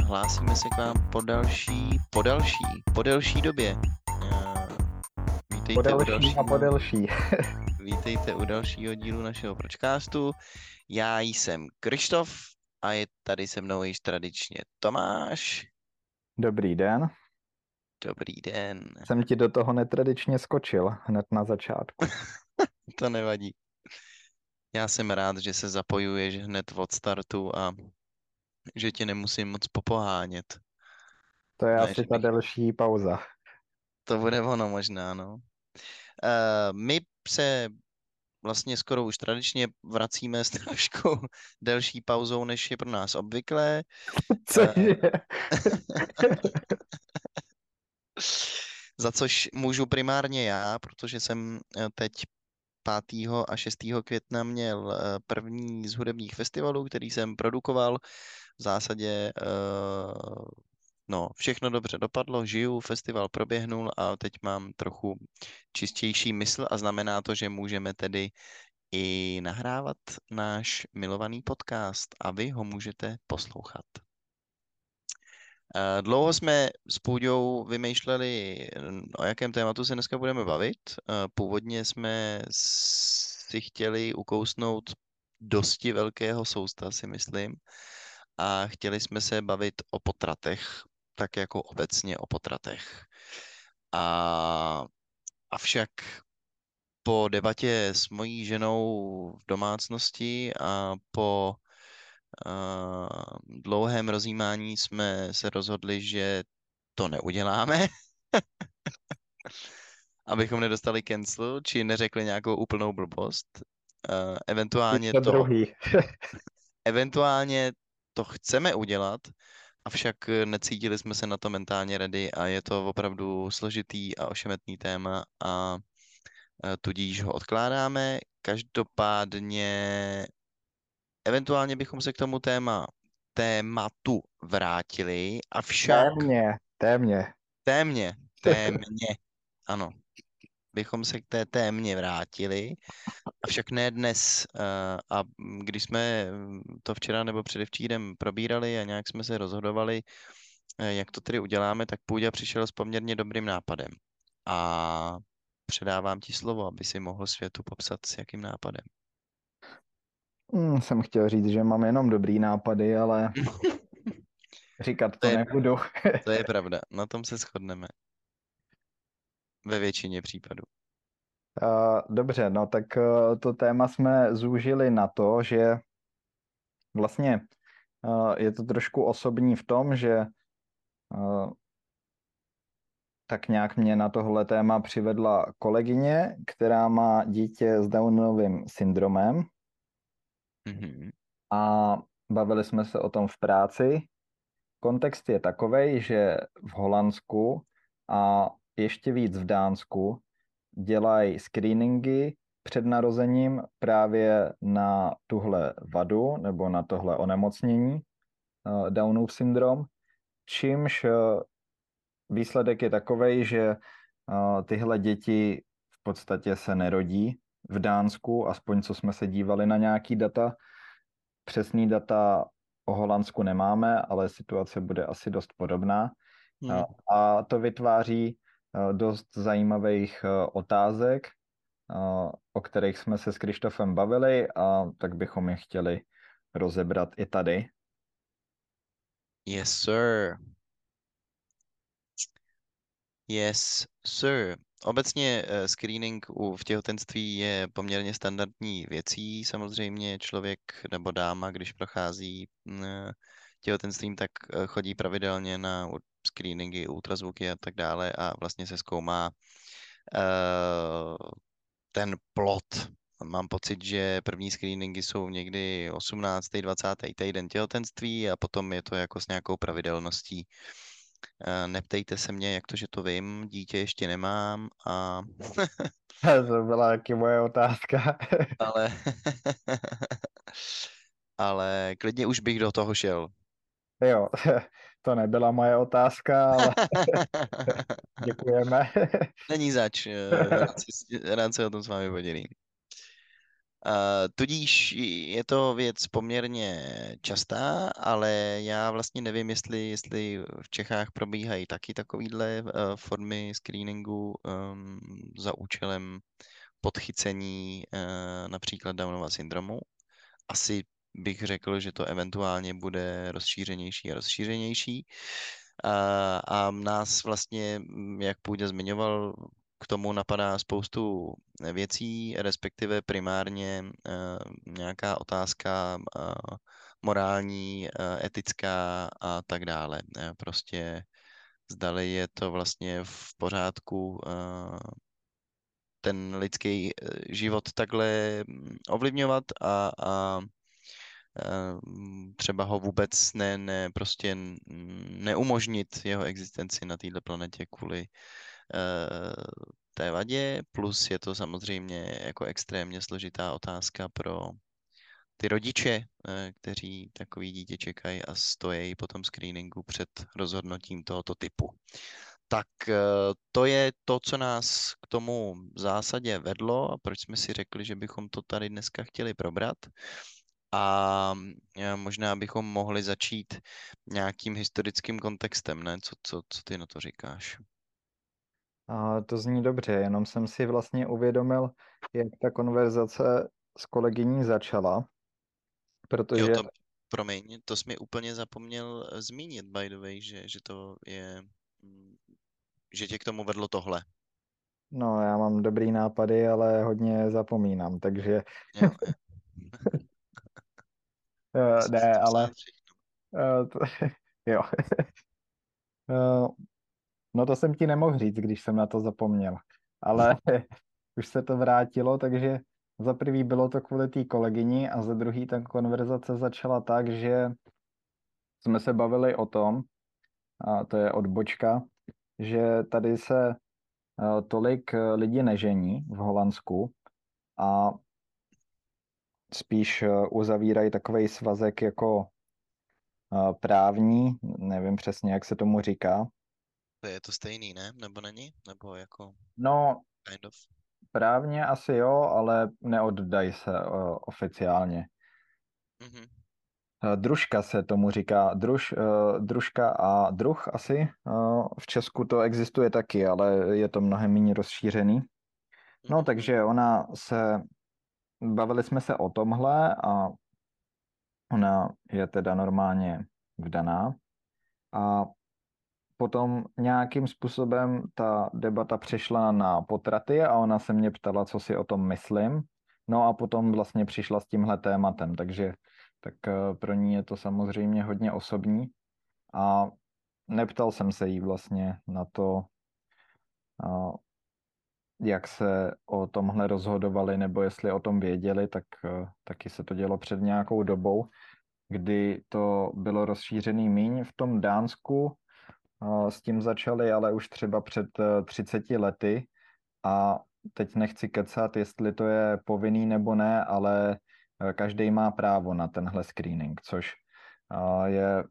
hlásíme se k vám po delší době. Vítejte u dalšího dílu našeho podcastu. Já jsem Krištof a je tady se mnou již tradičně Tomáš. Dobrý den. Dobrý den. Jsem ti do toho netradičně skočil hned na začátku. To nevadí. Já jsem rád, že se zapojuješ hned od startu a že tě nemusím moc popohánět. To je asi ta delší pauza. To bude ono možná, no. My se vlastně skoro už tradičně vracíme s trošku delší pauzou, než je pro nás obvyklé. Cože? Za což můžu primárně já, protože jsem teď 5. a 6. května měl první z hudebních festivalů, který jsem produkoval. V zásadě všechno dobře dopadlo, žiju, festival proběhnul a teď mám trochu čistější mysl a znamená to, že můžeme tedy i nahrávat náš milovaný podcast a vy ho můžete poslouchat. Dlouho jsme s Půďou vymýšleli, o jakém tématu se dneska budeme bavit. Původně jsme si chtěli ukousnout dosti velkého sousta, si myslím, a chtěli jsme se bavit o potratech, tak jako obecně o potratech. Avšak po debatě s mojí ženou v domácnosti a po dlouhém rozjímání jsme se rozhodli, že to neuděláme, abychom nedostali cancel, či neřekli nějakou úplnou blbost. Eventuálně to chceme udělat, avšak necítili jsme se na to mentálně ready a je to opravdu složitý a ošemetný téma a tudíž ho odkládáme. Každopádně eventuálně bychom se k tomu tématu vrátili, avšak... Témě, ano. Bychom se k té témě vrátili, avšak ne dnes. A když jsme to včera nebo předevčírem probírali a nějak jsme se rozhodovali, jak to tedy uděláme, tak Půďa přišel s poměrně dobrým nápadem. A předávám ti slovo, aby si mohl světu popsat, s jakým nápadem. Jsem chtěl říct, že mám jenom dobrý nápady, ale říkat to nebudu. To je pravda, na tom se shodneme. Ve většině případů. Dobře, no tak to téma jsme zúžili na to, že vlastně je to trošku osobní v tom, že tak nějak mě na tohle téma přivedla kolegyně, která má dítě s Downovým syndromem. Mm-hmm. A bavili jsme se o tom v práci. Kontext je takovej, že v Holandsku a ještě víc v Dánsku dělají screeningy před narozením právě na tuhle vadu nebo na tohle onemocnění Downův syndrom, čímž výsledek je takovej, že tyhle děti v podstatě se nerodí v Dánsku, aspoň co jsme se dívali na nějaký data. Přesný data o Holandsku nemáme, ale situace bude asi dost podobná. A to vytváří dost zajímavých otázek, o kterých jsme se s Krištofem bavili, a tak bychom je chtěli rozebrat i tady. Yes, sir. Yes, sir. Obecně screening v těhotenství je poměrně standardní věcí. Samozřejmě člověk nebo dáma, když prochází těhotenstvím, tak chodí pravidelně na screeningy, ultrazvuky a tak dále a vlastně se zkoumá ten plod. Mám pocit, že první screeningy jsou někdy 18. 20. týden těhotenství a potom je to jako s nějakou pravidelností. Neptejte se mě, jak to, že to vím, dítě ještě nemám a... To byla taky moje otázka. ale klidně už bych do toho šel. Jo, to nebyla moje otázka, ale děkujeme. Není zač, rád se o tom s vámi podělím. Tudíž je to věc poměrně častá, ale já vlastně nevím, jestli v Čechách probíhají taky takovýhle formy screeningu za účelem podchycení například Downova syndromu. Asi bych řekl, že to eventuálně bude rozšířenější a rozšířenější. A nás vlastně, jak Půjda zmiňoval, k tomu napadá spoustu věcí, respektive primárně nějaká otázka morální, etická a tak dále. Prostě zdali je to vlastně v pořádku ten lidský život takhle ovlivňovat a třeba ho vůbec prostě neumožnit jeho existenci na této planetě kvůli té vadě, plus je to samozřejmě jako extrémně složitá otázka pro ty rodiče, kteří takový dítě čekají a stojí po tom screeningu před rozhodnutím tohoto typu. Tak to je to, co nás k tomu v zásadě vedlo a proč jsme si řekli, že bychom to tady dneska chtěli probrat. A možná bychom mohli začít nějakým historickým kontextem, ne? Co ty na to říkáš? A to zní dobře, jenom jsem si vlastně uvědomil, jak ta konverzace s kolegyní začala, Jo, protože promiň, to jsi mi úplně zapomněl zmínit, by the way, že to je, mm, že tě k tomu vedlo tohle. no, já mám dobrý nápady, ale hodně zapomínám, takže Jo, jo. Musím si ne, to ale psát všechno. to, jo. Eh, no to jsem ti nemohl říct, když jsem na to zapomněl, ale už se to vrátilo, takže za prvý bylo to kvůli té kolegyni a za druhý ta konverzace začala tak, že jsme se bavili o tom, a to je odbočka, že tady se tolik lidí nežení v Holandsku a spíš uzavírají takový svazek jako právní, nevím přesně, jak se tomu říká. To je to stejný, ne? Nebo není? Nebo jako No, kind of? právně asi jo, ale neoddají se oficiálně. Mhm. Družka se tomu říká, družka a druh asi. V Česku to existuje taky, ale je to mnohem méně rozšířený. No, Mhm. takže bavili jsme se o tomhle a ona je teda normálně vdaná. A potom nějakým způsobem ta debata přešla na potraty a ona se mě ptala, co si o tom myslím. No a potom vlastně přišla s tímhle tématem, takže tak pro ní je to samozřejmě hodně osobní a neptal jsem se jí vlastně na to, a jak se o tomhle rozhodovali nebo jestli o tom věděli, tak taky se to dělo před nějakou dobou, kdy to bylo rozšířený míň v tom Dánsku. S tím začali ale už třeba před 30 lety a teď nechci kecat, jestli to je povinný nebo ne, ale každý má právo na tenhle screening, je,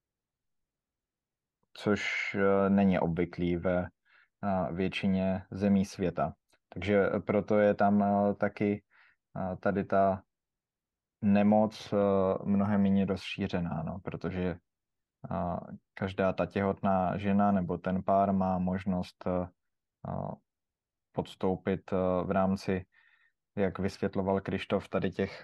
což není obvyklý ve většině zemí světa. Takže proto je tam taky tady ta nemoc mnohem méně rozšířená, no, protože každá ta těhotná žena nebo ten pár má možnost podstoupit v rámci, jak vysvětloval Krištof, tady těch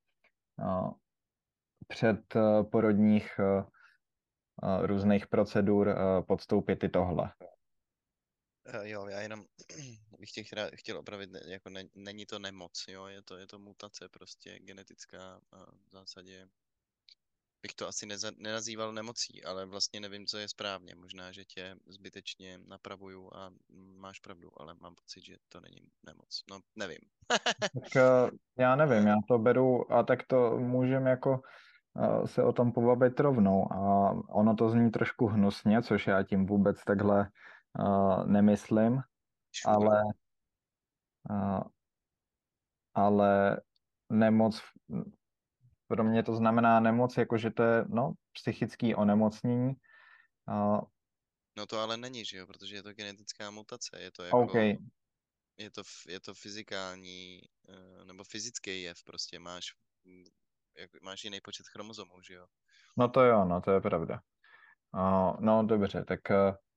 předporodních různých procedur podstoupit i tohle. Jo, já jenom bych tě chtěl opravit, jako není to nemoc, jo, je to mutace prostě genetická a v zásadě bych to asi nenazýval nemocí, ale vlastně nevím, co je správně. Možná, že tě zbytečně napravuju a máš pravdu, ale mám pocit, že to není nemoc. No, nevím. Tak já nevím, já to beru a tak to můžeme jako se o tom pobavit rovnou. A ono to zní trošku hnusně, což já tím vůbec takhle nemyslím, Sure. ale, uh, ale nemoc, pro mě to znamená nemoc, jakože to je no, psychický onemocnění. Uh, No to ale není, že jo, protože je to genetická mutace, je to OK, jako... je to fyzikální, nebo fyzický jev, prostě mm, máš jiný počet chromozomů, že jo? No to jo, no to je pravda. No dobře, tak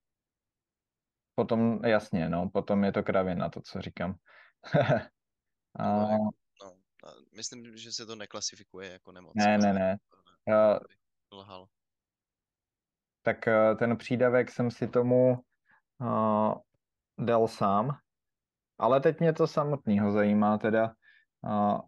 potom jasně, no, potom je to kravina, to, co říkám. Nebo A, jako, no, myslím, že se to neklasifikuje jako nemoc, ne, ne, ale ne. to Uh, bych lhal. tak ten přídavek jsem si tomu uh, dal sám, ale teď mě to samotného zajímá teda. Uh,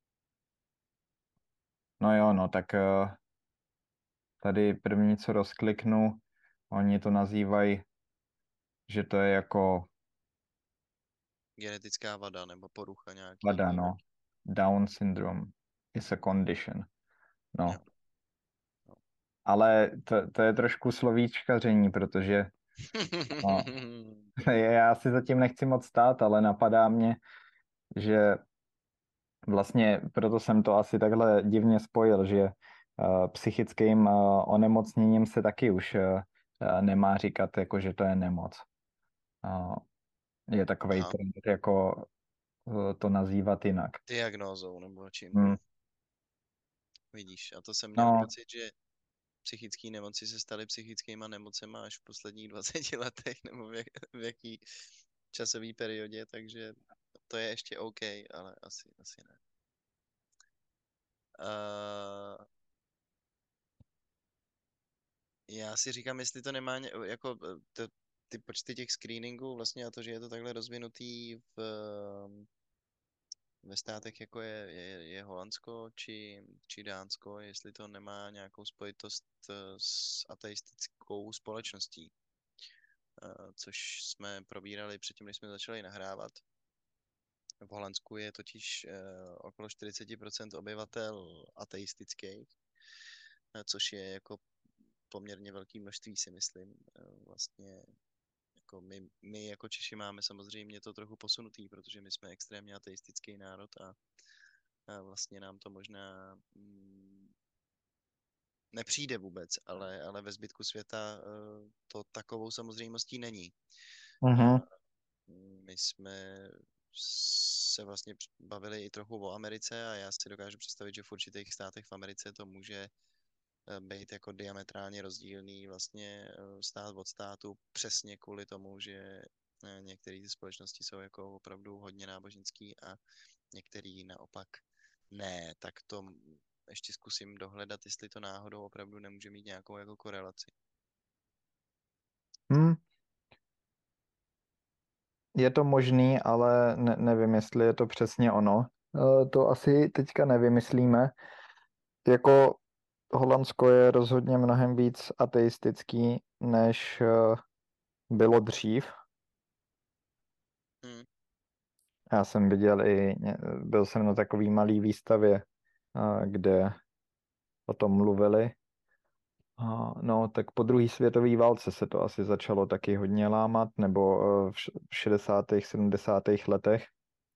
no jo, no, tak tady první, co rozkliknu, oni to nazývají, že to je jako Genetická vada nebo porucha vada, nějaký no. velký. Down syndrome is a condition. Jo, No, no. ale to je trošku slovíčkaření, protože no, já si zatím nechci moc stát, ale napadá mě, že vlastně proto jsem to asi takhle divně spojil, že psychickým onemocněním se taky už nemá říkat, jako že to je nemoc. Uh, je takový Aha, trend, jako to nazývat jinak. diagnózou nebo čím. Hmm. Vidíš, a to jsem měl No, pocit, že psychické nemoci se staly psychickýma nemocema až v posledních 20 letech, nebo v jaký časový periodě, takže to je ještě OK, ale asi ne. Já si říkám, jestli to nemá jako ty počty těch screeningů vlastně a to, že je to takhle rozvinutý ve státech, jako je Holandsko či Dánsko, jestli to nemá nějakou spojitost s ateistickou společností, což jsme probírali předtím, než jsme začali nahrávat. V Holandsku je totiž okolo 40% obyvatel ateistických, což je jako poměrně velké množství, si myslím. Vlastně jako my jako Češi máme samozřejmě to trochu posunutý, protože my jsme extrémně ateistický národ a vlastně nám to možná nepřijde vůbec, ale ve zbytku světa to takovou samozřejmostí není. A mhm. my jsme se vlastně bavili i trochu o Americe a já si dokážu představit, že v určitých státech v Americe to může být jako diametrálně rozdílný vlastně stát od státu přesně kvůli tomu, že některé ty společnosti jsou jako opravdu hodně náboženský a některý naopak ne, tak to ještě zkusím dohledat, jestli to náhodou opravdu nemůže mít nějakou jako korelaci. Hmm. Je to možný, ale nevím, jestli je to přesně ono. To asi teďka nevymyslíme. Jako Holandsko je rozhodně mnohem víc ateistický, než bylo dřív. Hmm, Já jsem viděl byl jsem na takové malé výstavě, kde o tom mluvili. No, tak po druhé světové válce se to asi začalo taky hodně lámat, nebo v 60., 70. letech.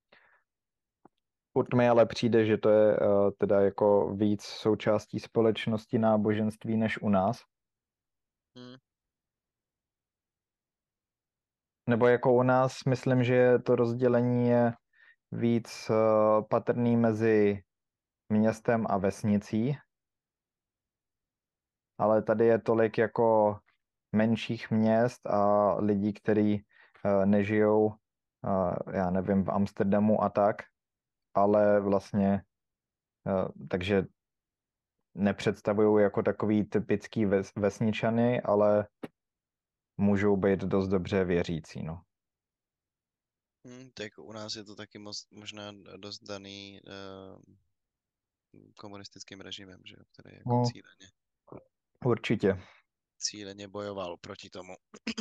Furt mi ale přijde, že to je teda jako víc součástí společnosti náboženství než u nás. hmm, Nebo jako u nás, myslím, že to rozdělení je víc patrný mezi městem a vesnicí, ale tady je tolik jako menších měst a lidí, kteří nežijou, já nevím, v Amsterdamu a tak, ale vlastně, takže nepředstavují jako takový typický vesničany, ale můžou být dost dobře věřící, no. tak u nás je to taky možná dost daný komunistickým režimem, že jo, který jako No, určitě. cíleně bojoval proti tomu.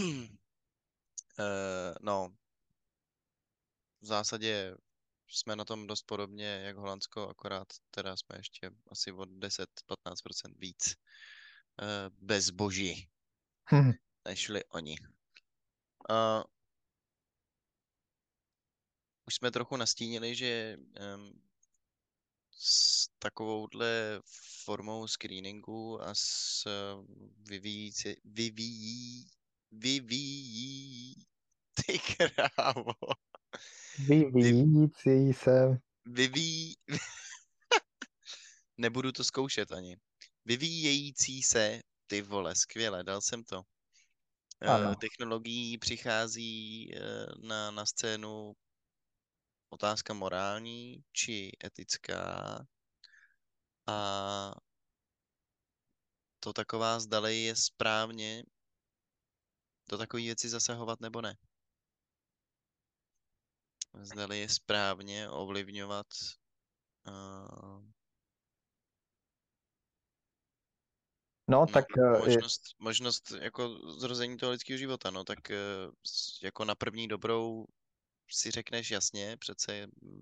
No, v zásadě jsme na tom dost podobně jak Holandsko, akorát teda jsme ještě asi o 10-15% víc bezboží, nežli oni. Uh, už jsme trochu nastínili, že s takovouhle formou screeningu a s vyvíjí, ty krávo. Vy, Vyvíjící se. vyvíjí, nebudu to zkoušet ani. Vyvíjející se, ty vole, skvěle, dal jsem to. Ano. Technologií přichází na scénu otázka morální či etická a to taková zdali je správně do takové věci zasahovat nebo ne. Zdali je správně ovlivňovat uh, No, no, tak je, možnost jako zrození toho lidského života, no, tak jako na první dobrou si řekneš jasně, přece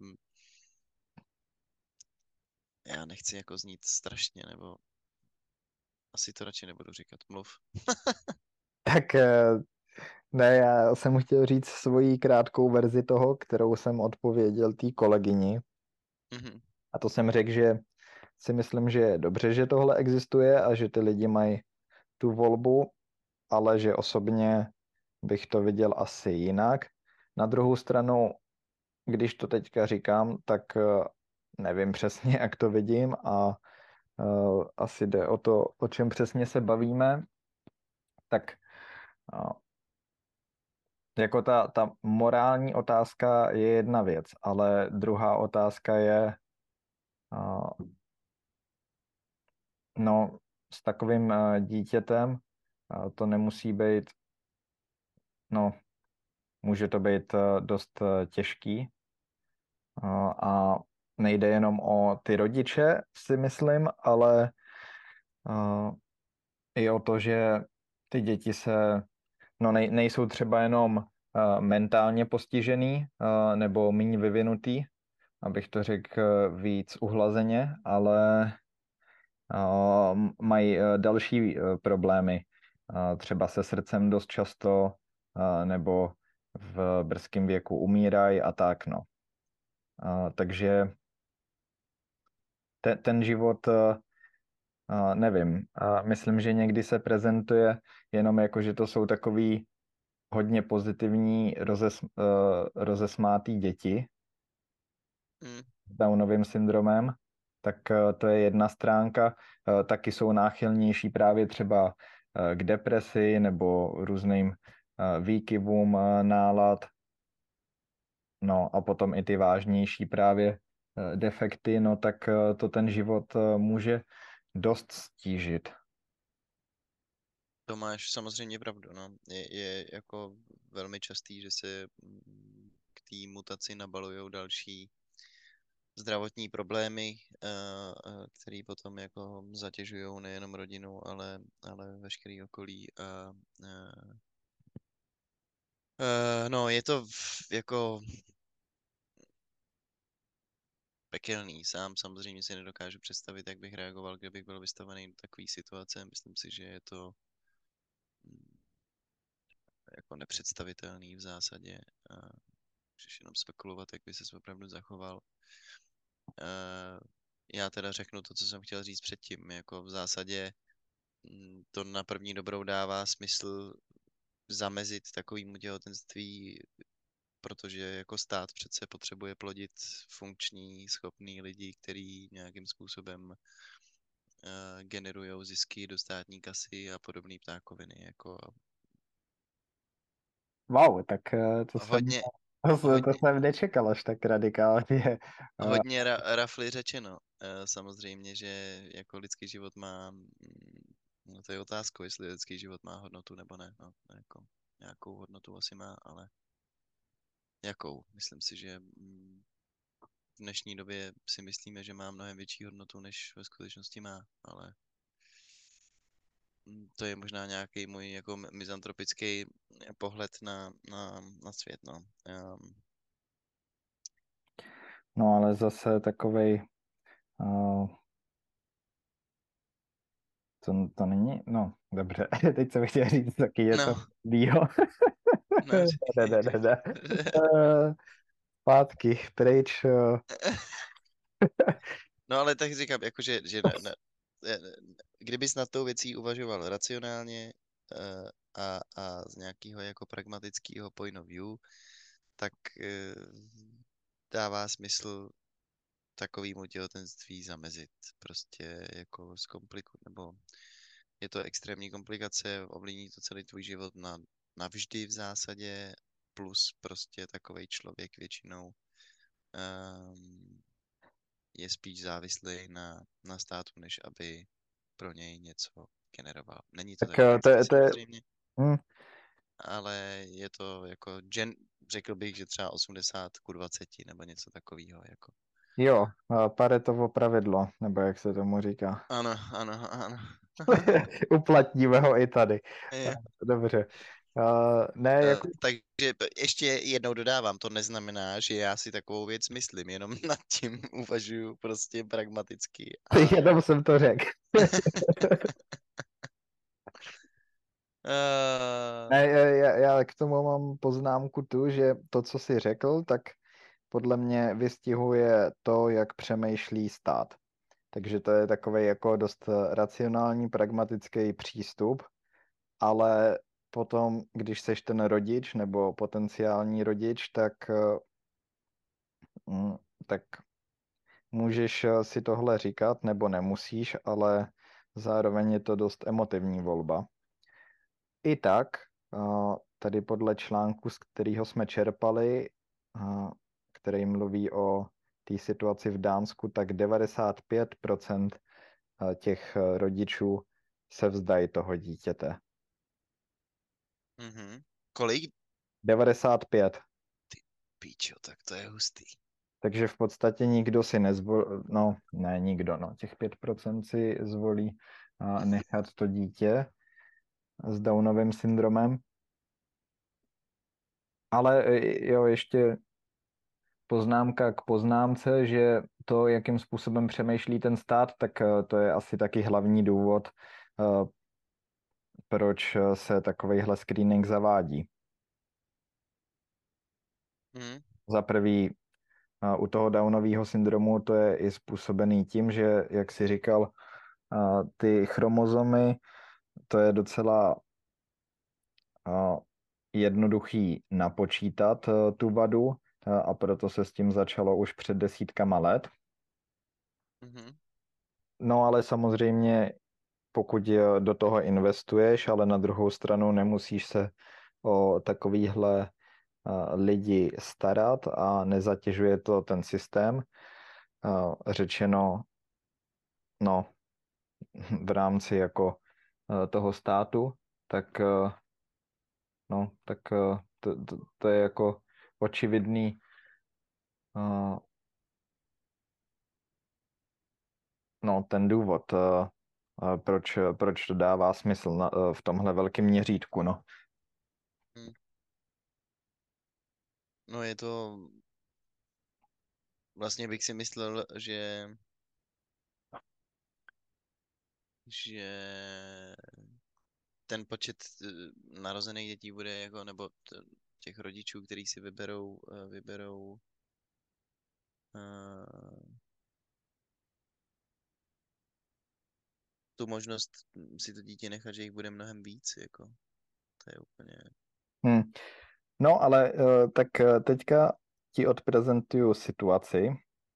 já nechci jako znít strašně, nebo asi to radši nebudu říkat, mluv. tak ne, já jsem chtěl říct svoji krátkou verzi toho, kterou jsem odpověděl té kolegyni. Mhm. A to jsem řekl, že si myslím, že je dobře, že tohle existuje a že ty lidi mají tu volbu, ale že osobně bych to viděl asi jinak. Na druhou stranu, když to teďka říkám, tak nevím přesně, jak to vidím a asi jde o to, o čem přesně se bavíme. Tak jako ta morální otázka je jedna věc, ale druhá otázka je, no, s takovým dítětem to nemusí být, no, může to být dost těžký a nejde jenom o ty rodiče, si myslím, ale i o to, že ty děti se, no nejsou třeba jenom mentálně postižený nebo méně vyvinutý, abych to řekl víc uhlazeně, ale mají další problémy, třeba se srdcem dost často, nebo v brzkém věku umírají a tak, no. Takže ten život, nevím, myslím, že někdy se prezentuje jenom jako, že to jsou takový hodně pozitivní rozesmátý děti Mm. s Downovým syndromem, tak to je jedna stránka. Taky jsou náchylnější právě třeba k depresi nebo různým výkyvům nálad. No a potom i ty vážnější právě defekty, no tak to ten život může dost stížit. To máš samozřejmě pravdu, no. Je jako velmi častý, že se k té mutaci nabalují další zdravotní problémy, které potom jako zatěžují nejenom rodinu, ale veškerý okolí a no, je to jako pekelný. Sám samozřejmě si nedokážu představit, jak bych reagoval, kdybych byl vystavený do takové situace. Myslím si, že je to mm, jako nepředstavitelný v zásadě. A můžeš jenom spekulovat, jak by ses opravdu zachoval. Eh, Já teda řeknu to, co jsem chtěl říct předtím. Jako v zásadě to na první dobrou dává smysl zamezit takovému těhotenství, protože jako stát přece potřebuje plodit funkční, schopný lidi, který nějakým způsobem generují zisky do státní kasy a podobné ptákoviny. Jako Wow, tak hodně, to hodně, jsem nečekal až tak radikálně. hodně rafly řečeno. Samozřejmě, že jako lidský život má, no to je otázka, jestli lidský život má hodnotu nebo ne. No, jako, nějakou hodnotu asi má, ale jakou? Myslím si, že v dnešní době si myslíme, že má mnohem větší hodnotu, než ve skutečnosti má, ale to je možná nějaký můj jako mizantropický pohled na svět, no. No ale zase takovej, to není, no dobře, teď jsem chtěl říct taky něco No, blbýho. no, Ne, říkej, ne, ne, ne. říkej. Zpátky, pryč. No ale tak říkám, jakože, že eh, kdybys nad tou věcí uvažoval racionálně a z nějakého jako pragmatického point of view, tak dává smysl takovému těhotenství zamezit. Prostě jako zkomplikovat, nebo je to extrémní komplikace, ovlivní to celý tvůj život navždy v zásadě, plus prostě takovej člověk většinou je spíš závislý na státu, než aby pro něj něco generoval. Není to Tak tak vždycky samozřejmě, hm, ale je to jako, řekl bych, že třeba 80:20 nebo něco takového. Jako. jo, Paretovo pravidlo, nebo jak se tomu říká. Ano, ano, ano. Uplatníme ho i tady. Je. Dobře. Ne, jako Takže ještě jednou dodávám, to neznamená, že já si takovou věc myslím, jenom nad tím uvažuju prostě pragmaticky a jenom jsem to řekl. uh, Ne, já k tomu mám poznámku tu, že to, co jsi řekl, tak podle mě vystihuje to, jak přemýšlí stát. Takže to je takový jako dost racionální, pragmatický přístup, ale potom, když seš ten rodič nebo potenciální rodič, tak můžeš si tohle říkat nebo nemusíš, ale zároveň je to dost emotivní volba. I tak, tady podle článku, z kterého jsme čerpali, který mluví o té situaci v Dánsku, tak 95% těch rodičů se vzdají toho dítěte. kolik? 95. Píčo, tak to je hustý. Takže v podstatě nikdo si nezvolí, no ne nikdo, no těch 5% si zvolí nechat to dítě s Downovým syndromem. Ale jo, ještě poznámka k poznámce, že to, jakým způsobem přemýšlí ten stát, tak to je asi taky hlavní důvod, proč se takovejhle screening zavádí. Hmm. Za prvý, u toho Downového syndromu to je i způsobený tím, že, jak jsi říkal, ty chromozomy, to je docela jednoduchý napočítat tu vadu a proto se s tím začalo už před desítkama let. Mhm. No ale samozřejmě, pokud do toho investuješ, ale na druhou stranu nemusíš se o takovýhle lidi starat a nezatěžuje to ten systém. Řečeno, no, v rámci jako toho státu, tak no, tak to je jako očividný no, ten důvod, proč to dává smysl v tomhle velkém měřítku, no. Hmm. No je to, vlastně bych si myslel, že ten počet narozených dětí bude jako, nebo těch rodičů, kteří si vyberou eh, tu možnost si to dítě nechat, že jich bude mnohem víc, jako to je úplně... Hm. No, ale tak teďka ti odprezentuju situaci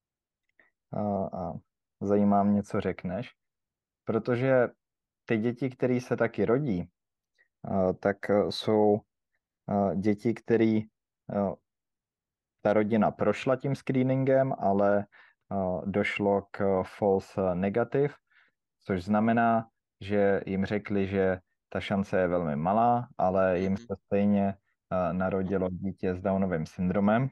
a zajímá mě, co řekneš, protože ty děti, které se taky rodí, tak jsou děti, které ta rodina prošla tím screeningem, ale došlo k false negative, což znamená, že jim řekli, že ta šance je velmi malá, ale jim Mhm. se stejně narodilo dítě s Downovým syndromem.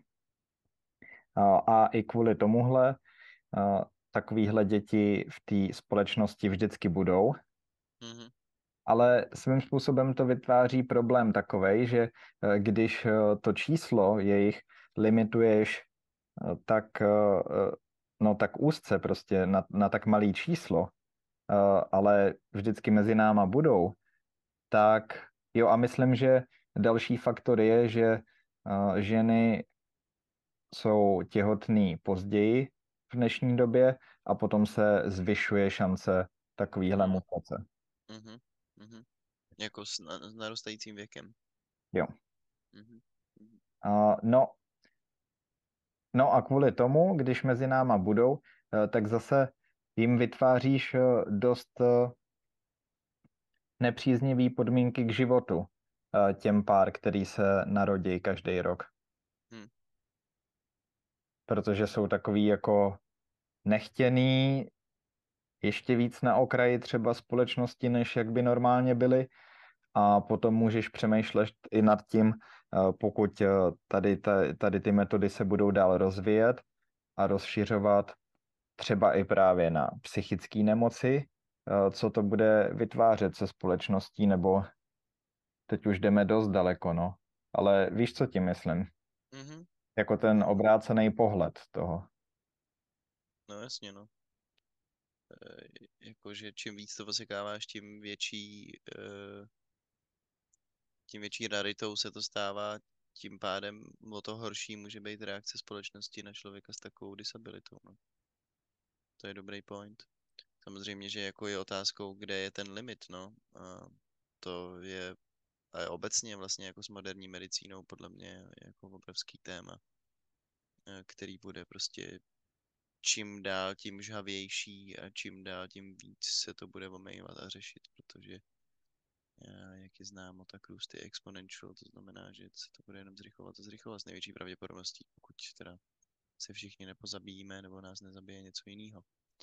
A i kvůli tomuhle takovýhle děti v té společnosti vždycky budou. Mhm. Ale svým způsobem to vytváří problém takovej, že když to číslo jejich limituješ tak, no, tak úzce prostě na tak malý číslo, ale vždycky mezi náma budou, tak jo, a myslím, že další faktor je, že ženy jsou těhotný později v dnešní době a potom se zvyšuje šance takovýhle Mhm. mutace. Mhm. Mhm. Jako s narůstajícím věkem. Jo. Mhm. Mhm. No No a kvůli tomu, když mezi náma budou, tak zase jim vytváříš dost nepříznivý podmínky k životu těm pár, který se narodí každý rok. Hm. Protože jsou takový jako nechtěný, ještě víc na okraji třeba společnosti, než jak by normálně byly. A potom můžeš přemýšlet i nad tím, pokud tady ty metody se budou dál rozvíjet a rozšiřovat třeba i právě na psychické nemoci, co to bude vytvářet se společností, nebo teď už jdeme dost daleko, no. Ale víš, co tím myslím? Mhm. Jako ten obrácený pohled toho. No jasně, no. Jakože čím víc to osekáváš, tím větší raritou se to stává, tím pádem o to horší může být reakce společnosti na člověka s takovou disabilitou. No. To je dobrý point. Samozřejmě, že jako je otázkou, kde je ten limit, no. A to je a obecně vlastně jako s moderní medicínou podle mě jako obrovský téma, který bude prostě čím dál tím žhavější a čím dál tím víc se to bude omejovat a řešit, protože jak je známo, tak růst je exponential, to znamená, že se to bude jenom zrychlovat a zrychlovat s největší pravděpodobností, pokud teda se všichni nepozabijíme nebo nás nezabije něco jiného.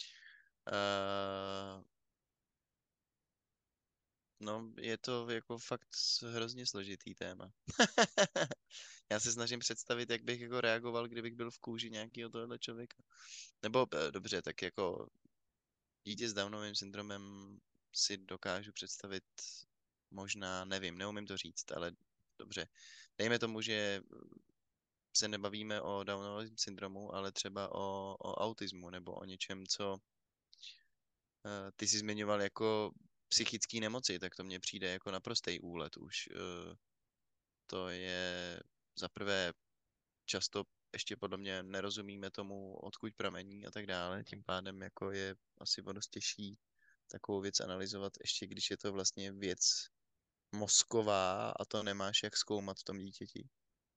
No, je to jako fakt hrozně složitý téma. Já se snažím představit, jak bych jako reagoval, kdybych byl v kůži nějakého tohohle člověka. Nebo dobře, tak jako dítě s Downovým syndromem si dokážu představit možná, nevím, neumím to říct, ale dobře. Dejme tomu, že se nebavíme o Downovém syndromu, ale třeba o autismu nebo o něčem, co ty jsi zmiňoval jako psychické nemoci, tak to mně přijde jako naprostý úlet už. To je za prvé často ještě podle mě nerozumíme tomu, odkud pramení a tak dále. Tím pádem jako je asi o dost těžší takovou věc analyzovat, ještě když je to vlastně věc mozková a to nemáš jak zkoumat v tom dítěti.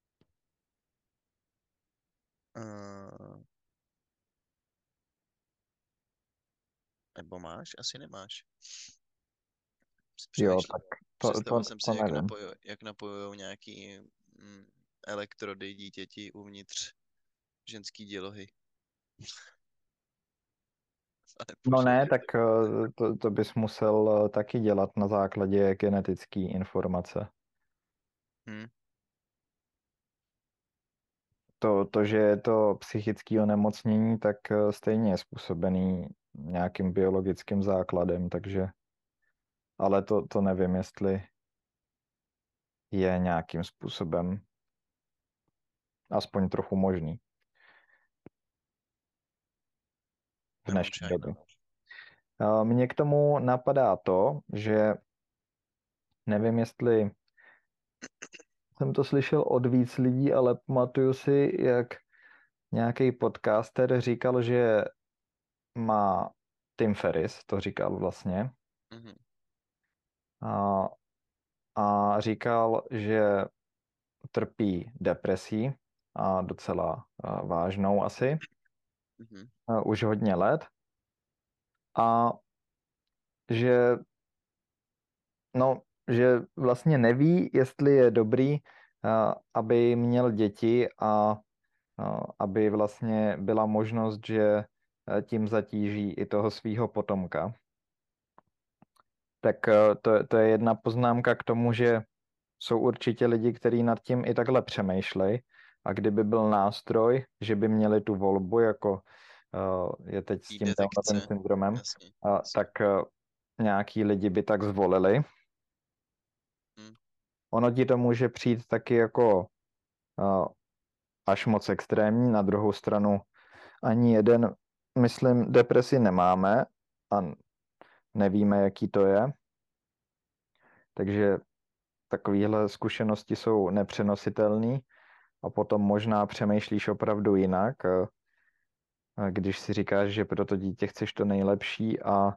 Uh, nebo máš? Asi nemáš. Jo, tak Představil jsem si, to nevím. jak napojujou nějaký elektrody dítěti uvnitř ženský dělohy. Ale No bože. ne, tak to bys musel taky dělat na základě genetické informace. Hm. To, že je to psychické onemocnění, tak stejně je způsobený nějakým biologickým základem, takže, ale to nevím, jestli je nějakým způsobem aspoň trochu možný v Nemám dnešní šajnu. době. Mně k tomu napadá to, že nevím, jestli jsem to slyšel od víc lidí, ale pamatuju si, jak nějaký podcaster říkal, že má Tim Ferriss, to říkal vlastně, Mhm. a, a říkal, že trpí depresí a docela vážnou asi, Mhm. už hodně let a že, no, že vlastně neví, jestli je dobrý, aby měl děti a aby vlastně byla možnost, že tím zatíží i toho svého potomka. Tak to je jedna poznámka k tomu, že jsou určitě lidi, kteří nad tím i takhle přemýšlejí a kdyby byl nástroj, že by měli tu volbu, jako je teď s Tý tím Downovým detekce. syndromem, Jasně, jasně. tak nějaký lidi by tak zvolili. Hm. Ono ti to může přijít taky jako až moc extrémní. Na druhou stranu ani jeden, myslím, depresi nemáme a nevíme, jaký to je. Takže takovéhle zkušenosti jsou nepřenositelné a potom možná přemýšlíš opravdu jinak, když si říkáš, že pro to dítě chceš to nejlepší a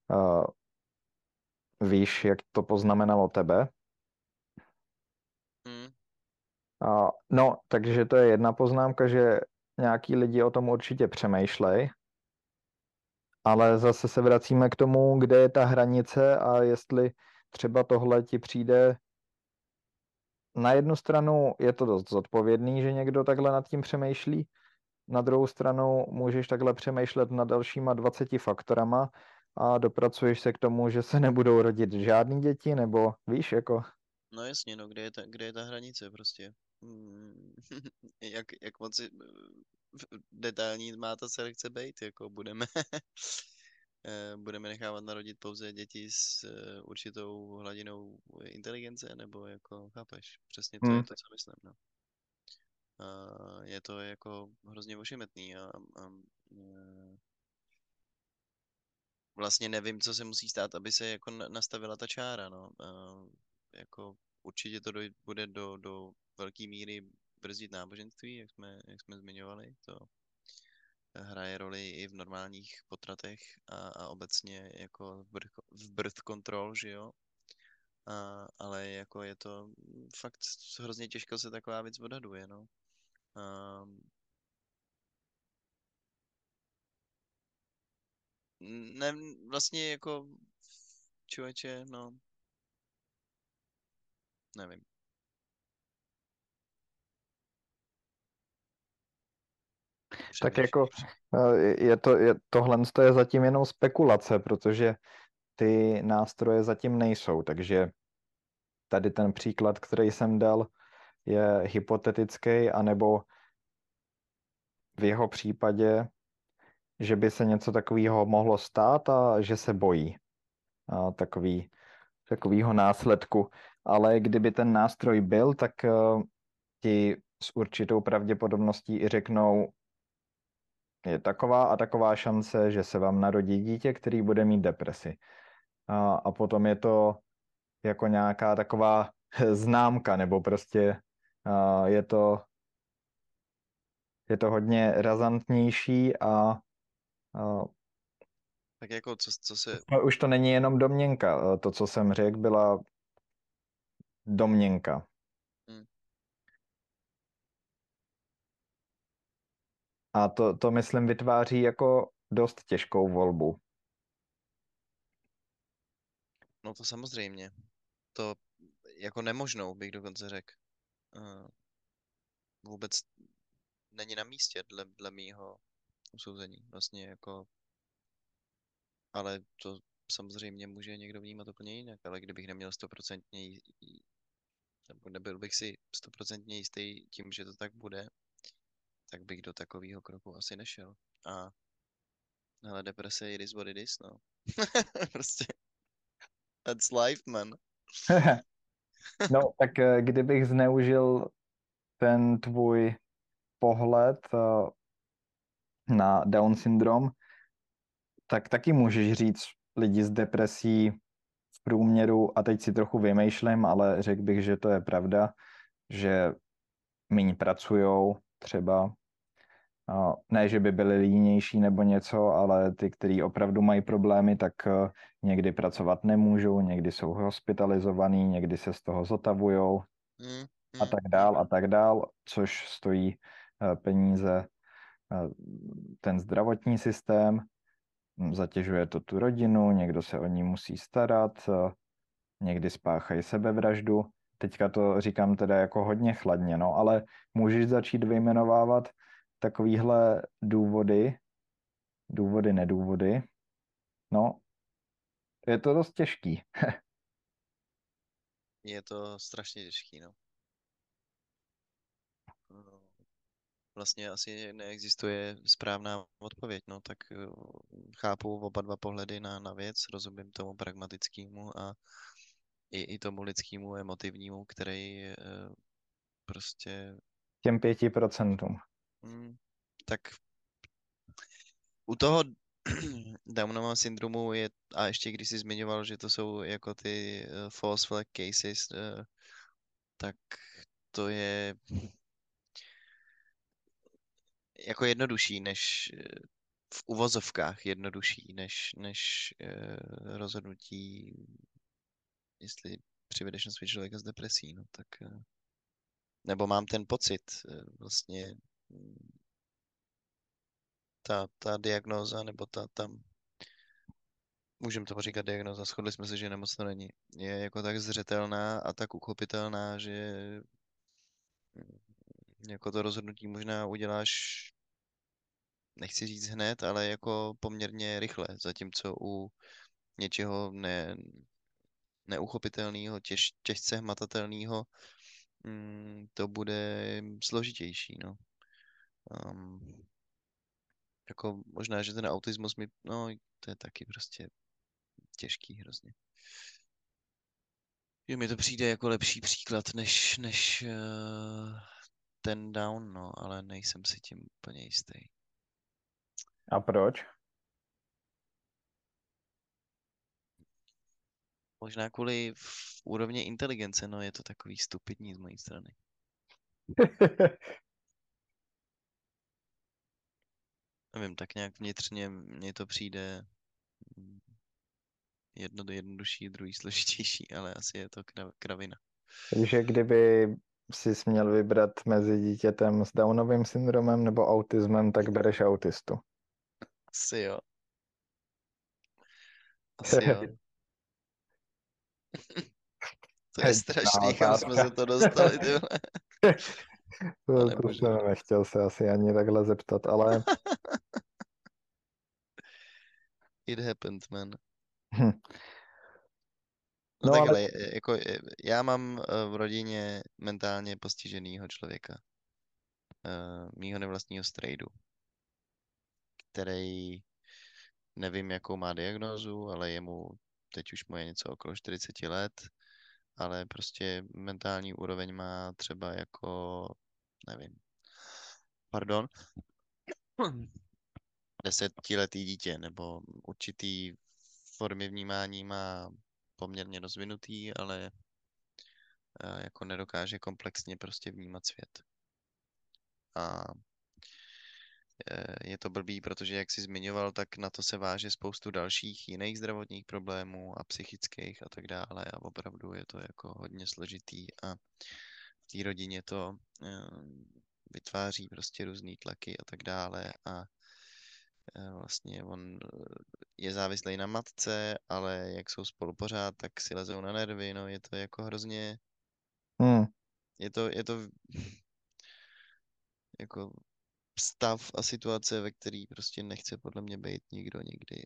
víš, jak to poznamenalo tebe. Hm. No, takže to je jedna poznámka, že nějaký lidi o tom určitě přemýšlej, ale zase se vracíme k tomu, kde je ta hranice a jestli třeba tohle ti přijde. Na jednu stranu je to dost zodpovědný, že někdo takhle nad tím přemýšlí, na druhou stranu můžeš takhle přemýšlet nad dalšíma 20 faktorama a dopracuješ se k tomu, že se nebudou rodit žádný děti, nebo víš, jako... No jasně, no, kde je ta hranice prostě? Jak moc detailní má ta selekce být, jako budeme budeme nechávat narodit pouze děti s určitou hladinou inteligence, nebo jako, chápeš? Přesně to je Hmm. to, co myslím, no. Je to jako hrozně ošemetný a vlastně nevím, co se musí stát, aby se jako nastavila ta čára, no. Jako určitě to bude do velké míry brzdit náboženství, jak jsme zmiňovali, to hraje roli i v normálních potratech a obecně jako v birth control, že jo? Ale jako je to fakt hrozně těžko se taková věc odhaduje, no. A, ne, vlastně jako člověče, no, nevím. Tak Přemýšlím. jako tohle je zatím jenom spekulace, protože ty nástroje zatím nejsou, takže tady ten příklad, který jsem dal, je hypotetický, anebo v jeho případě, že by se něco takového mohlo stát a že se bojí takovýho následku. Ale kdyby ten nástroj byl, tak ti s určitou pravděpodobností i řeknou, je taková a taková šance, že se vám narodí dítě, který bude mít depresi. A potom je to jako nějaká taková známka, nebo prostě je to hodně razantnější a Tak jako co se... už to není jenom domněnka. To, co jsem řekl, byla domněnka. hm, A to myslím vytváří jako dost těžkou volbu. No to samozřejmě. To jako nemožnou, bych dokonce řekl. Eh, Vůbec není na místě, dle mýho usouzení. Vlastně jako, ale to samozřejmě může někdo vnímat úplně jinak, ale kdybych neměl stoprocentně, nebo nebyl bych si stoprocentně jistý tím, že to tak bude, tak bych do takového kroku asi nešel. A hele, deprese, it is what it is, no. Prostě, that's life, man. No, tak kdybych zneužil ten tvůj pohled na Down syndrom, tak taky můžeš říct lidi s depresí v průměru, a teď si trochu vymýšlím, ale řekl bych, že to je pravda, že míň pracujou třeba. Ne, že by byli línější nebo něco, ale ty, kteří opravdu mají problémy, tak někdy pracovat nemůžou, někdy jsou hospitalizovaní, někdy se z toho zotavujou Mm, mm, a tak dál, což stojí peníze ten zdravotní systém, zatěžuje to tu rodinu, někdo se o ní musí starat, někdy spáchají sebevraždu. Teďka to říkám teda jako hodně chladně, no, ale můžeš začít vyjmenovávat takovýhle důvody, nedůvody. No, je to dost těžký. je to strašně těžký, no. No, vlastně asi neexistuje správná odpověď, no, tak chápu oba dva pohledy na věc, rozumím tomu pragmatickému a i tomu lidskému, emotivnímu, který prostě, Těm 5%. mm, tak u toho Downova syndromu je, a ještě když jsi zmiňoval, že to jsou jako ty false flag cases, tak to je jako jednodušší než v uvozovkách jednodušší než rozhodnutí, jestli přivedeš na svět člověka s depresí, no tak nebo mám ten pocit vlastně, ta diagnóza, nebo můžeme to říkat diagnóza, shodli jsme se, že nemoc to není, je jako tak zřetelná a tak uchopitelná, že jako to rozhodnutí možná uděláš, nechci říct hned, ale jako poměrně rychle, zatímco u něčeho neuchopitelného, těžce hmatatelného, to bude složitější, no. Um, jako možná, že ten autismus no, to je taky prostě těžký hrozně. Že mi to přijde jako lepší příklad než ten down, no, ale nejsem si tím úplně jistý. A proč? Možná kvůli úrovni inteligence, no, je to takový stupidní z mojí strany. Nevím, tak nějak vnitřně mně to přijde jedno jednodušší, druhý složitější, ale asi je to kravina. Takže kdyby si měl vybrat mezi dítětem s Downovým syndromem nebo autismem, tak bereš autistu. Asi jo. Asi jo. To To je je divná strašný, kam jsme otázka. se to dostali, ty vole. Pane To bože. jsem nechtěl se asi ani takhle zeptat, ale It happened, man. hm. No No ale takhle, jako já mám v rodině mentálně postiženýho člověka, mýho nevlastního strejdu, který nevím, jakou má diagnózu, ale teď už mu je něco okolo 40 let, ale prostě mentální úroveň má třeba jako, nevím, pardon, 10letý dítě, nebo určitý formy vnímání má poměrně rozvinutý, ale jako nedokáže komplexně prostě vnímat svět. A je to blbý, protože jak jsi zmiňoval, tak na to se váže spoustu dalších jiných zdravotních problémů a psychických a tak dále a opravdu je to jako hodně složitý a v té rodině to vytváří prostě různý tlaky a tak dále a vlastně on je závislý na matce, ale jak jsou spolu pořád, tak si lezou na nervy, no je to jako hrozně, hm. je to jako stav a situace, ve který prostě nechce podle mě být nikdo nikdy.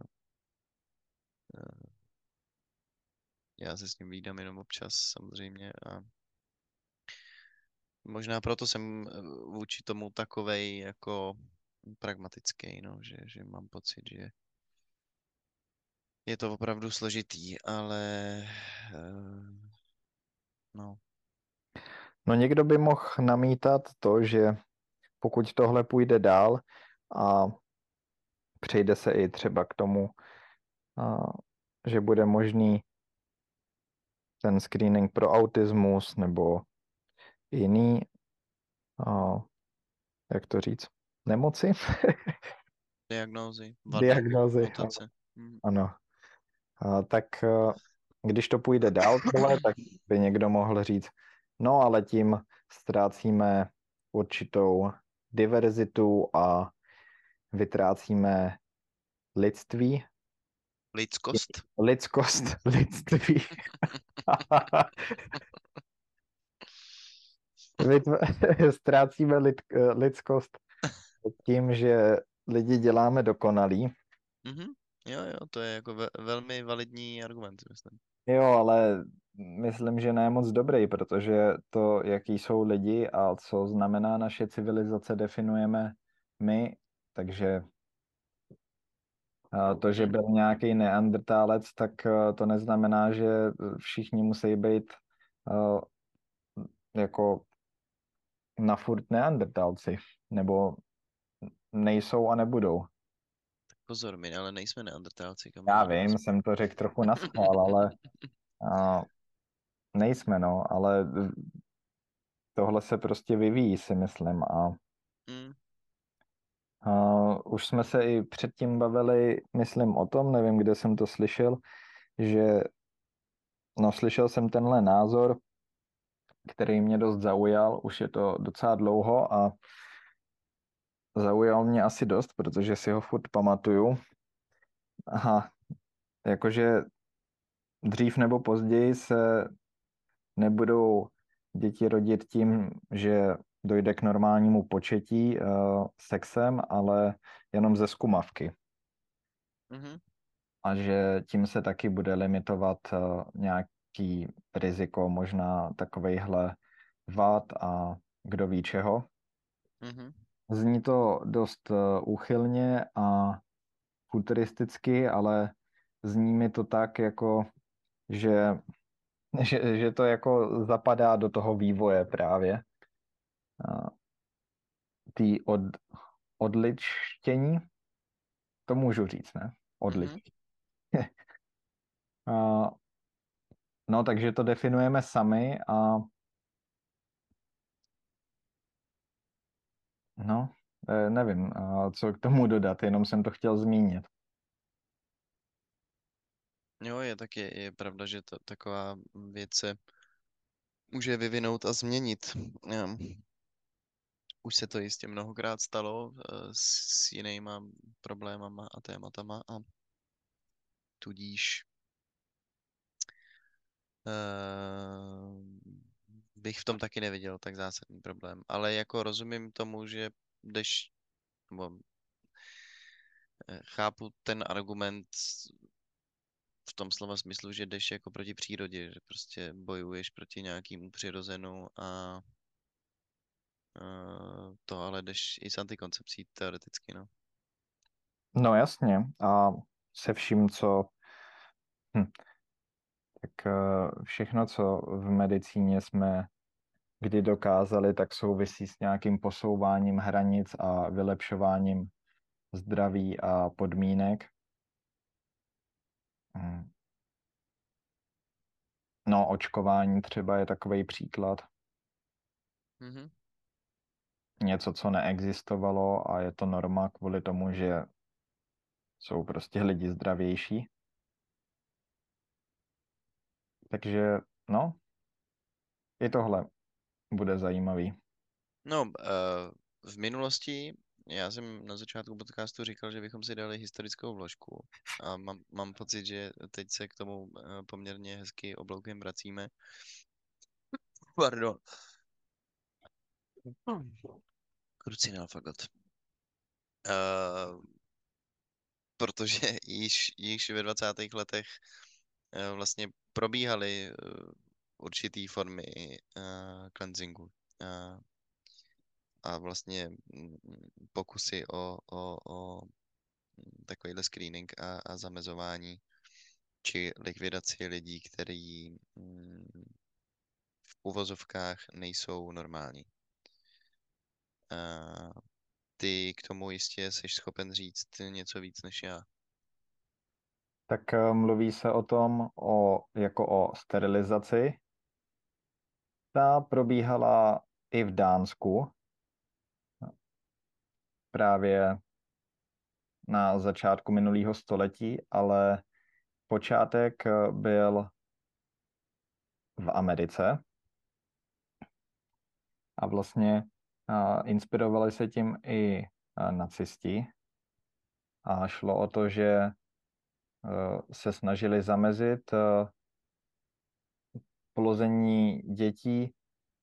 A já se s ním vídám jenom občas samozřejmě a možná proto jsem vůči tomu takovej jako pragmatický, no, že mám pocit, že je to opravdu složitý, ale no, No někdo by mohl namítat to, že pokud tohle půjde dál a přejde se i třeba k tomu, a, že bude možný ten screening pro autismus nebo jiný, a, jak to říct, nemoci, diagnózy, vady, diagnózy, mutace. ano. Tak když to půjde dál tohle, tak by někdo mohl říct, no ale tím ztrácíme určitou diverzitu a vytrácíme lidství, Lidskost. lidskost, lidství. Ztrácíme lidskost tím, že lidi děláme dokonalí. Mhm. Jo, jo, to je jako velmi validní argument, myslím. Jo, ale myslím, že ne moc dobrý, protože to, jaký jsou lidi a co znamená naše civilizace, definujeme my, takže to, že Mhm. byl nějaký neandertálec, tak to neznamená, že všichni musí být jako na furt neandertálci, nebo nejsou a nebudou. Pozor, my ale nejsme neandertálci, Já kamaráde. vím, jsem to řekl trochu naschvál, ale a, nejsme, no, ale tohle se prostě vyvíjí, si myslím. Mm. Už jsme se i předtím bavili, myslím o tom, nevím, kde jsem to slyšel, že no, slyšel jsem tenhle názor, který mě dost zaujal, už je to docela dlouho a zaujal mě asi dost, protože si ho furt pamatuju. Aha, jakože dřív nebo později se nebudou děti rodit tím, že dojde k normálnímu početí sexem, ale jenom ze zkumavky. Mhm, A že tím se taky bude limitovat nějaký riziko, možná takovejhle vad a kdo ví čeho. mhm, Zní to dost úchylně a futuristicky, ale zní mi to tak, jako že, že to jako zapadá do toho vývoje právě. Tý odličtění, to můžu říct, ne? Odlič. mhm. A, no, takže to definujeme sami a no, nevím, co k tomu dodat, jenom jsem to chtěl zmínit. Jo, je pravda, že taková věc se může vyvinout a změnit. Už se to jistě mnohokrát stalo s jinýma problémama a tématama a tudíž bych v tom taky neviděl tak zásadní problém. Ale jako rozumím tomu, že jdeš, nebo chápu ten argument v tom slova smyslu, že jdeš jako proti přírodě, že prostě bojuješ proti nějakému přirozenu a to ale jdeš i s antikoncepcí teoreticky, no. No jasně, a se vším, co, hm, tak všechno, co v medicíně jsme kdy dokázali, tak souvisí s nějakým posouváním hranic a vylepšováním zdraví a podmínek. Hm. No, očkování třeba je takový příklad. Mhm, Něco, co neexistovalo a je to norma kvůli tomu, že jsou prostě lidi zdravější. Takže no, i tohle bude zajímavý. no, v minulosti, já jsem na začátku podcastu říkal, že bychom si dali historickou vložku a mám pocit, že teď se k tomu poměrně hezky obloukem vracíme. Pardon. Krucinál fagot. Uh, protože již ve 20. letech vlastně probíhaly určitý formy cleansingu. Uh, a vlastně pokusy o takovýhle screening a zamezování či likvidaci lidí, kteří v uvozovkách nejsou normální. A ty k tomu jistě jsi schopen říct něco víc než já. Tak mluví se o tom jako o sterilizaci. Ta probíhala i v Dánsku právě na začátku minulého století, ale počátek byl v Americe a vlastně inspirovali se tím i nacisti. A šlo o to, že se snažili zamezit plození dětí,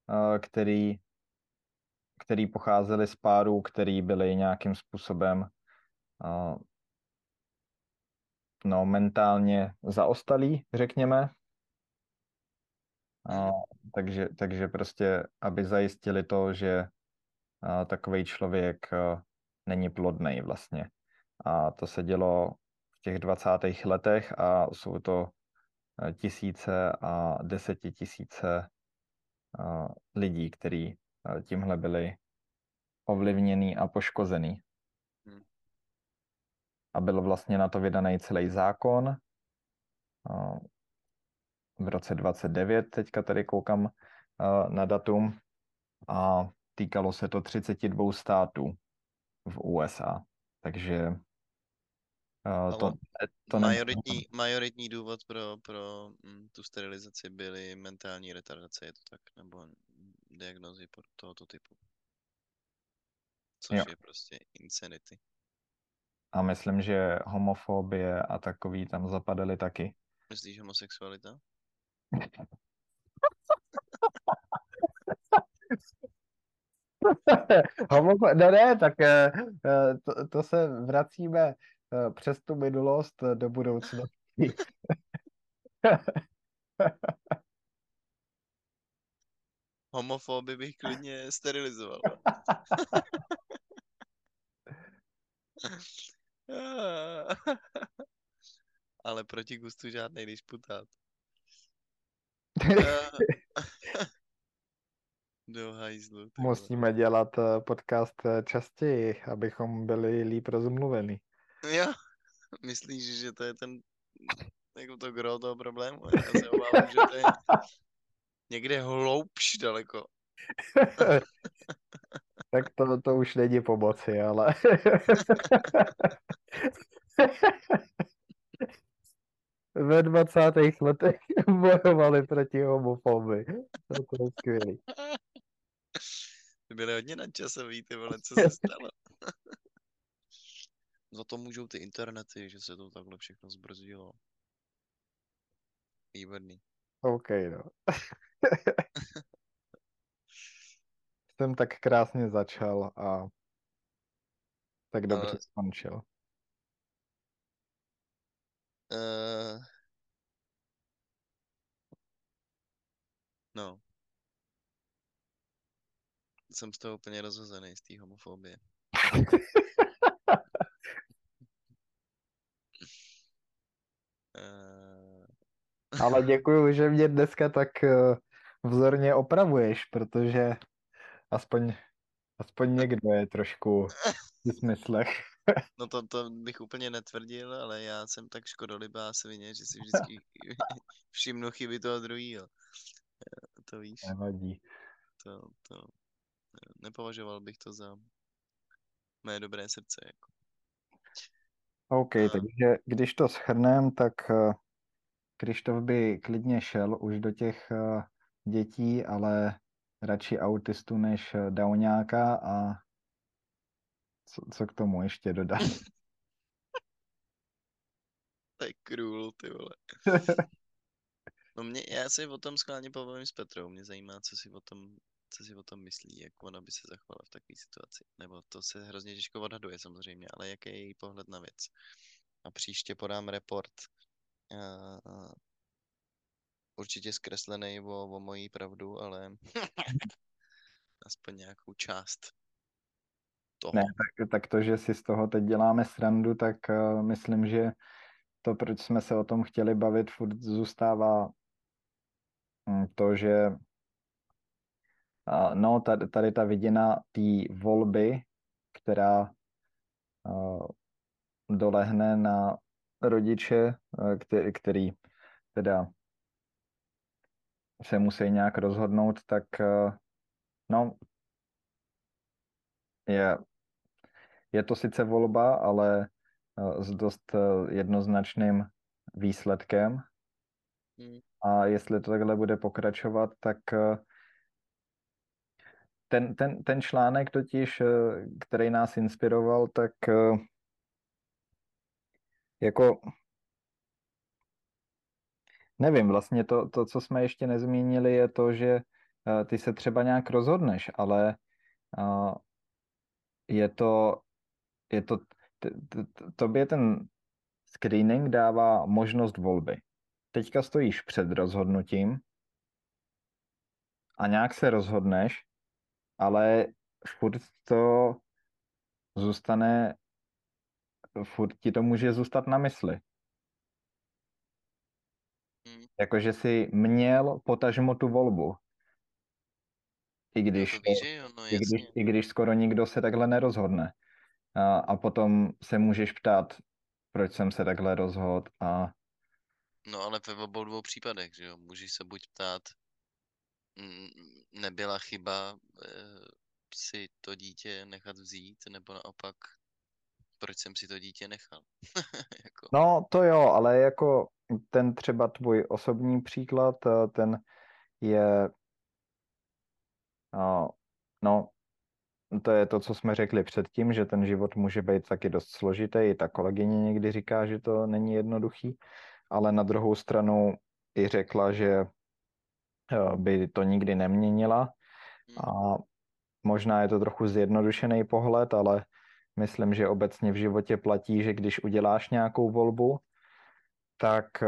který pocházely z párů, který byly nějakým způsobem no, mentálně zaostalí, řekněme. A, Mhm. takže prostě, aby zajistili to, že takový člověk není plodný vlastně. A to se dělo v těch 20. letech a jsou to tisíce a desetitisíce lidí, kteří tímhle byli ovlivněný a poškozený. Mhm. A byl vlastně na to vydaný celý zákon v roce 29, teďka tady koukám na datum, a týkalo se to 32 států v USA. Takže Ale to, to nebylo. majoritní důvod pro tu sterilizaci byly mentální retardace, je to tak? Nebo diagnózy tohoto typu? což je prostě insanity. A myslím, že homofobie a takový tam zapadaly taky. Myslíš homosexualita? No ne, tak to se vracíme přes tu minulost do budoucnosti. Homofoby bych klidně sterilizoval. Ale proti gustu žádnej, když putát. Do hajzlu, ty vole. Musíme dělat podcast častěji, abychom byli líp rozmluveni. Jo, myslíš, že to je ten, jako to gro toho problému? Já se obávám, že to je někde hloubš daleko. Tak to už není pomoci, ale... Ve 20. letech bojovali proti homofobii. To je skvělý. Ty byly hodně nadčasový, ty vole, co se stalo? Za to můžou ty internety, že se to takhle všechno zbrzdilo. Výborný. OK, no. Jsem tak krásně začal a tak dobře Ale, skončil. no, jsem z toho úplně rozhozený, z té homofobie. Ale děkuju, že mě dneska tak vzorně opravuješ, protože aspoň, aspoň někdo je trošku v smyslech. No to bych úplně netvrdil, ale já jsem tak škodolibá svině, že si vždycky všimnu chyby toho druhého. To víš, Nevadí. to nepovažoval bych to za mé dobré srdce. Jako. OK, A, takže když to shrnem, tak Krištof by klidně šel už do těch dětí, ale radši autistu než dowňáka a co k tomu ještě dodat? to je krůl, ty vole. No já si o tom schválně pobavím s Petrou, mě zajímá, co si o tom myslí, jak ona by se zachovala v takové situaci. Nebo to se hrozně těžko odhaduje samozřejmě, ale jaký je její pohled na věc. A příště podám report. Určitě zkreslený o mojí pravdu, ale aspoň nějakou část Ne, toho. tak to, že si z toho teď děláme srandu, tak myslím, že to, proč jsme se o tom chtěli bavit, furt zůstává to, že no, tady ta vidina té volby, která dolehne na rodiče, který teda se musí nějak rozhodnout, tak no, je to sice volba, ale s dost jednoznačným výsledkem. A jestli to takhle bude pokračovat, tak ten článek totiž, který nás inspiroval, tak jako nevím, vlastně to, co jsme ještě nezmínili, je to, že ty se třeba nějak rozhodneš, ale je to tobě ten screening dává možnost volby. Teďka stojíš před rozhodnutím a nějak se rozhodneš, ale furt to zůstane, furt ti to může zůstat na mysli. Jakože jsi měl potažmo tu volbu. I No když, to víš, že jo, no i když, jasně. i když skoro nikdo se takhle nerozhodne. A potom se můžeš ptát, proč jsem se takhle rozhodl a No ale ve obou dvou případech, že jo, můžeš se buď ptát, nebyla chyba si to dítě nechat vzít, nebo naopak, proč jsem si to dítě nechal. Jako, no to jo, ale jako ten třeba tvůj osobní příklad, ten je no to je to, co jsme řekli předtím, že ten život může být taky dost složitý. I ta kolegyně někdy říká, že to není jednoduchý, ale na druhou stranu i řekla, že by to nikdy neměnila. Hmm. A možná je to trochu zjednodušený pohled, ale myslím, že obecně v životě platí, že když uděláš nějakou volbu, tak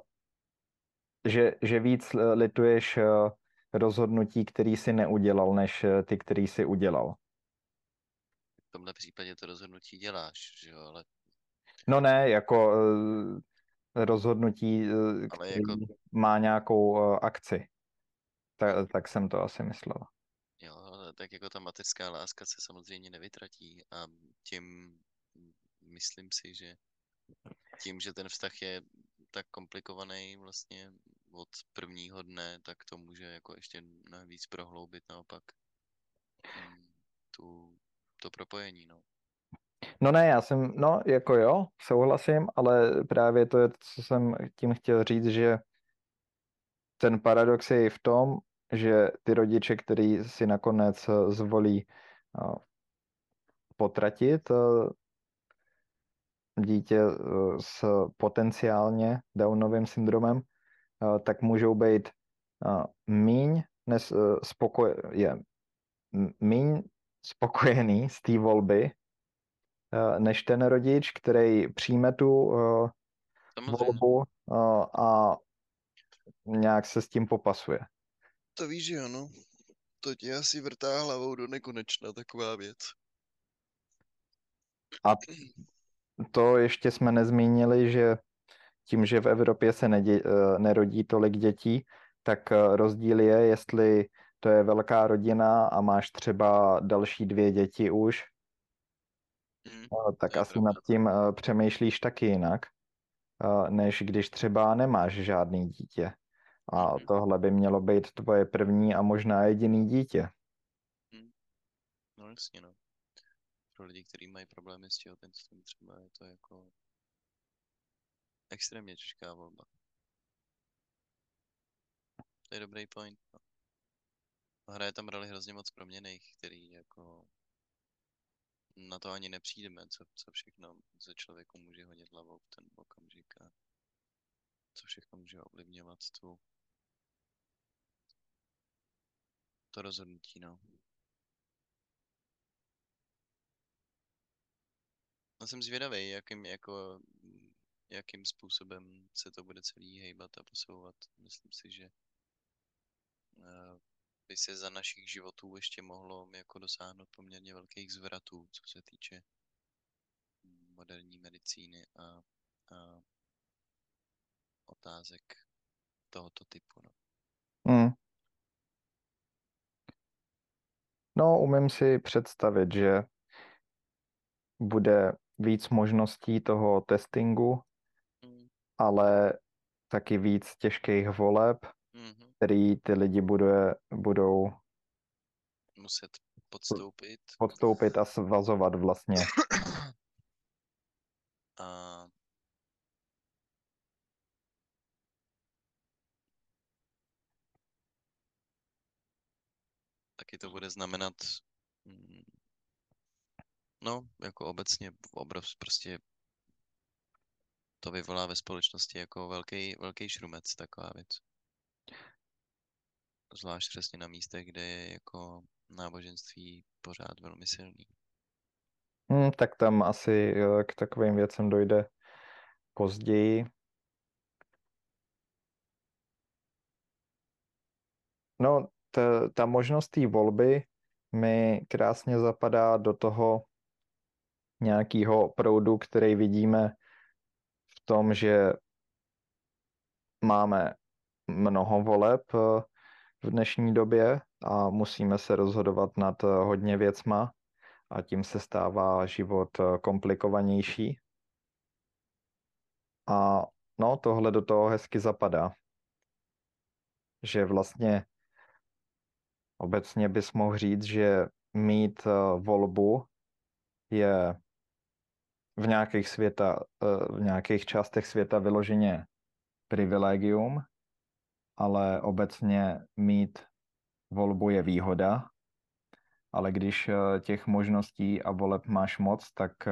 že víc lituješ rozhodnutí, který si neudělal, než ty, který si udělal. V tomhle případě to rozhodnutí děláš, že jo, No ne, jako rozhodnutí, ale který jako, má nějakou akci. Tak jsem to asi myslel. jo, ale tak jako ta mateřská láska se samozřejmě nevytratí a tím myslím si, že tím, že ten vztah je tak komplikovaný vlastně od prvního dne, tak to může jako ještě navíc prohloubit naopak mm, tu, to propojení, no. No ne, no jako jo, souhlasím, ale právě to je, co jsem tím chtěl říct, že ten paradox je i v tom, že ty rodiče, který si nakonec zvolí potratit dítě s potenciálně Downovým syndromem, tak můžou být míň míň spokojený z té volby, než ten rodič, který přijme tu Samozřejmě. volbu a nějak se s tím popasuje. To víš, že ano. To tě asi vrtá hlavou do nekonečna, taková věc. A to ještě jsme nezmínili, že tím, že v Evropě se nerodí tolik dětí, tak rozdíl je, jestli to je velká rodina a máš třeba další 2 děti už, Mm, tak to je asi nad pravda. tím přemýšlíš taky jinak, než když třeba nemáš žádný dítě. A Mhm, tohle by mělo být tvoje první a možná jediný dítě. mm. No jasně, no. Pro lidi, kteří mají problémy s těhotenstvím, třeba je to jako extrémně těžká volba. To je dobrý point. No. Hraje tam roli hrozně moc proměnných, který jako na to ani nepřijdeme, co všechno se člověku může hodit hlavou v ten okamžik a co všechno může ovlivňovat to rozhodnutí, no. No jsem zvědavý, jakým způsobem se to bude celý hejbat a posouvat. Myslím si, že by se za našich životů ještě mohlo jako dosáhnout poměrně velkých zvratů, co se týče moderní medicíny a otázek tohoto typu. No. Hmm. No, umím si představit, že bude víc možností toho testingu, Mm, ale taky víc těžkých voleb, mhm. který ty lidi budou Muset podstoupit. podstoupit a svazovat vlastně. A taky to bude znamenat, mm, no, jako obecně prostě to vyvolá ve společnosti jako velký šrumec, taková věc. Zvlášť přesně na místech, kde je jako náboženství pořád velmi silný. Tak tam asi k takovým věcem dojde později. No, ta možnost té volby mi krásně zapadá do toho nějakého proudu, který vidíme v tom, že máme mnoho voleb v dnešní době a musíme se rozhodovat nad hodně věcma a tím se stává život komplikovanější. A no, tohle do toho hezky zapadá, že vlastně obecně bys mohl říct, že mít volbu je v nějakých částech světa vyloženě privilegium, ale obecně mít volbu je výhoda ale když těch možností a voleb máš moc, tak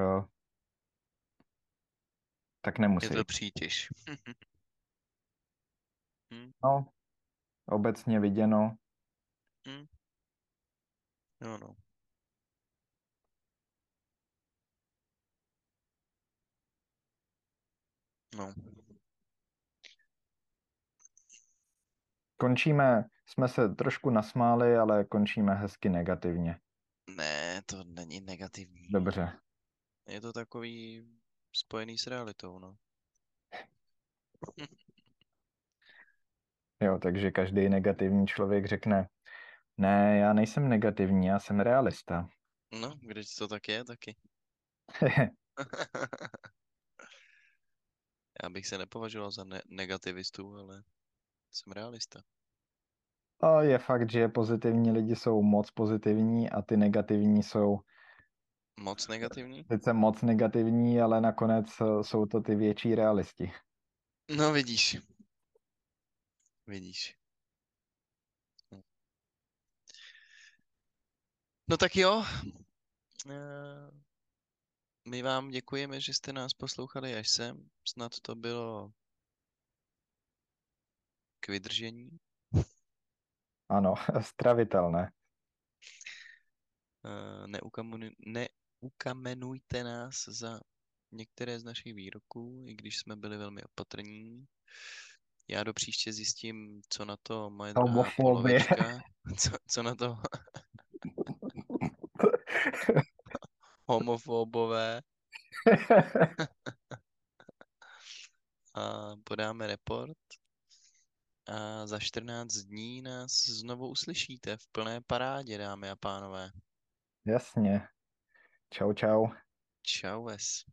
Je nemusí. to přítěž. Hm, No, obecně viděno. hm. Jo, no. No. Končíme, jsme se trošku nasmáli, ale končíme hezky negativně. Ne, to není negativní. Dobře. Je to takový spojený s realitou, no. Jo, takže každý negativní člověk řekne, ne, já nejsem negativní, já jsem realista. No, když to tak je, taky. Já bych se nepovažoval za negativistu, ale jsem realista. A je fakt, že pozitivní lidi jsou moc pozitivní a ty negativní jsou Moc negativní? sice moc negativní, ale nakonec jsou to ty větší realisti. No, vidíš. Vidíš. No tak jo. Eh, My vám děkujeme, že jste nás poslouchali až sem. Snad to bylo k vydržení. Ano, stravitelné. Neukamenujte nás za některé z našich výroků, i když jsme byli velmi opatrní. Já do příště zjistím, co na to moje druhá Homofobie. polovička, co na to homofobové, a podáme report a za 14 dní nás znovu uslyšíte v plné parádě, dámy a pánové. Jasně. Čau, čau. Čau ves.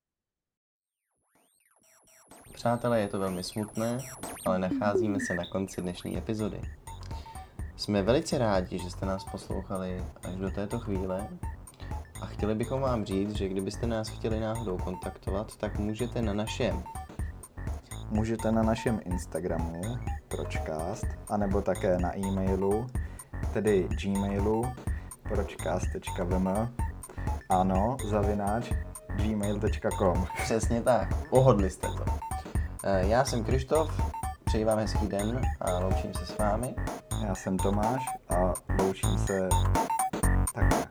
Přátelé, je to velmi smutné, ale nacházíme se na konci dnešní epizody. Jsme velice rádi, že jste nás poslouchali až do této chvíle a chtěli bychom vám říct, že kdybyste nás chtěli náhodou kontaktovat, tak můžete Můžete na našem Instagramu pročcast, anebo také na e-mailu, tedy gmailu pročcast.vm, ano, @gmail.com. Přesně tak, pohodli jste to. Já jsem Krištof, přeji vám hezký den a loučím se s vámi. Já jsem Tomáš a loučím se takhle.